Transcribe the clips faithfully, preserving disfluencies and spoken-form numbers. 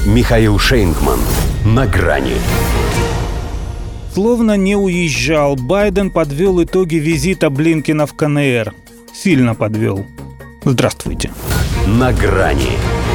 Михаил Шейнгман. На грани. Словно не уезжал, Байден подвел итоги визита Блинкена в ка эн эр. Сильно подвел. Здравствуйте. На грани.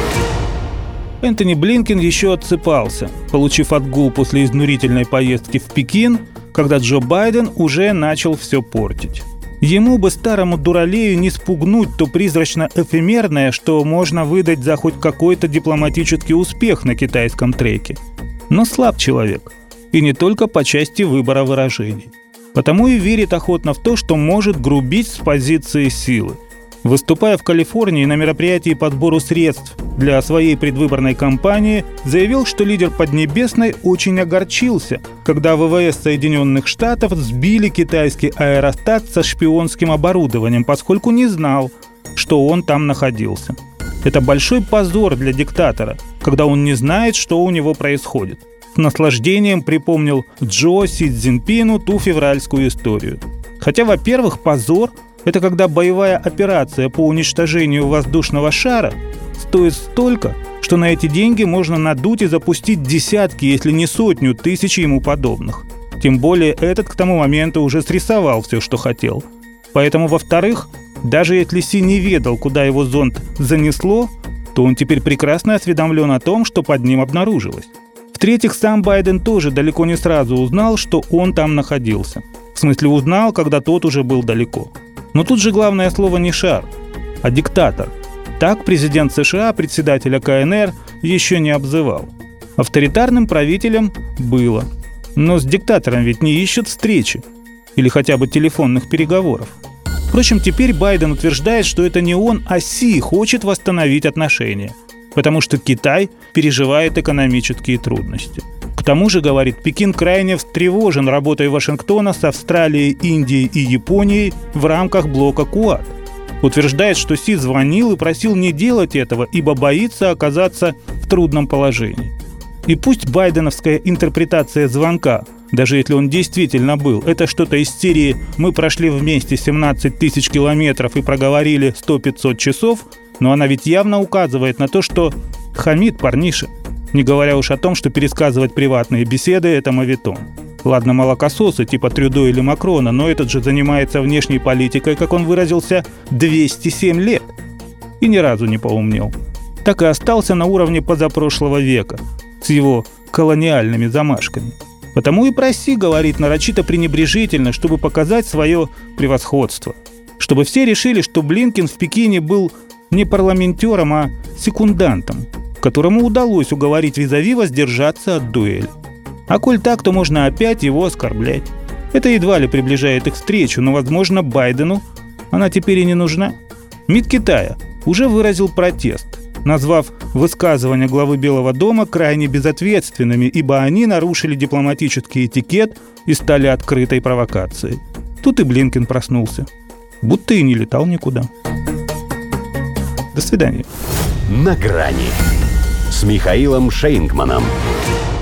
Энтони Блинкен еще отсыпался, получив отгул после изнурительной поездки в Пекин, когда Джо Байден уже начал все портить. Ему бы, старому дуралею, не спугнуть то призрачно-эфемерное, что можно выдать за хоть какой-то дипломатический успех на китайском треке. Но слаб человек. И не только по части выбора выражений. Потому и верит охотно в то, что может грубить с позиции силы. Выступая в Калифорнии на мероприятии по сбору средств для своей предвыборной кампании, заявил, что лидер Поднебесной очень огорчился, когда вэ вэ эс Соединенных Штатов сбили китайский аэростат со шпионским оборудованием, поскольку не знал, что он там находился. Это большой позор для диктатора, когда он не знает, что у него происходит. С наслаждением припомнил Джо Си Цзиньпину ту февральскую историю. Хотя, во-первых, позор – это когда боевая операция по уничтожению воздушного шара стоит столько, что на эти деньги можно надуть и запустить десятки, если не сотню тысяч ему подобных. Тем более этот к тому моменту уже срисовал все, что хотел. Поэтому, во-вторых, даже если Си не ведал, куда его зонд занесло, то он теперь прекрасно осведомлен о том, что под ним обнаружилось. В-третьих, сам Байден тоже далеко не сразу узнал, что он там находился. В смысле, узнал, когда тот уже был далеко. Но тут же главное слово не шар, а диктатор. Так президент США председателя ка эн эр еще не обзывал. Авторитарным правителем было. Но с диктатором ведь не ищут встречи. Или хотя бы телефонных переговоров. Впрочем, теперь Байден утверждает, что это не он, а Си хочет восстановить отношения. Потому что Китай переживает экономические трудности. К тому же, говорит, Пекин крайне встревожен работой Вашингтона с Австралией, Индией и Японией в рамках блока Куад. Утверждает, что Си звонил и просил не делать этого, ибо боится оказаться в трудном положении. И пусть байденовская интерпретация звонка, даже если он действительно был, это что-то из серии «Мы прошли вместе семнадцать тысяч километров и проговорили сто-пятьсот часов», но она ведь явно указывает на то, что хамит парниша. Не говоря уж о том, что пересказывать приватные беседы – это моветон. Ладно, молокососы типа Трюдо или Макрона, но этот же занимается внешней политикой, как он выразился, двести семь лет. И ни разу не поумнел. Так и остался на уровне позапрошлого века, с его колониальными замашками. Потому и проси, говорит нарочито пренебрежительно, чтобы показать свое превосходство. Чтобы все решили, что Блинкен в Пекине был не парламентером, а секундантом, которому удалось уговорить визави воздержаться от дуэли. А коль так, то можно опять его оскорблять. Это едва ли приближает их встречу, но, возможно, Байдену она теперь и не нужна. МИД Китая уже выразил протест, назвав высказывания главы Белого дома крайне безответственными, ибо они нарушили дипломатический этикет и стали открытой провокацией. Тут и Блинкен проснулся. Будто и не летал никуда. До свидания. На грани с Михаилом Шейнгманом.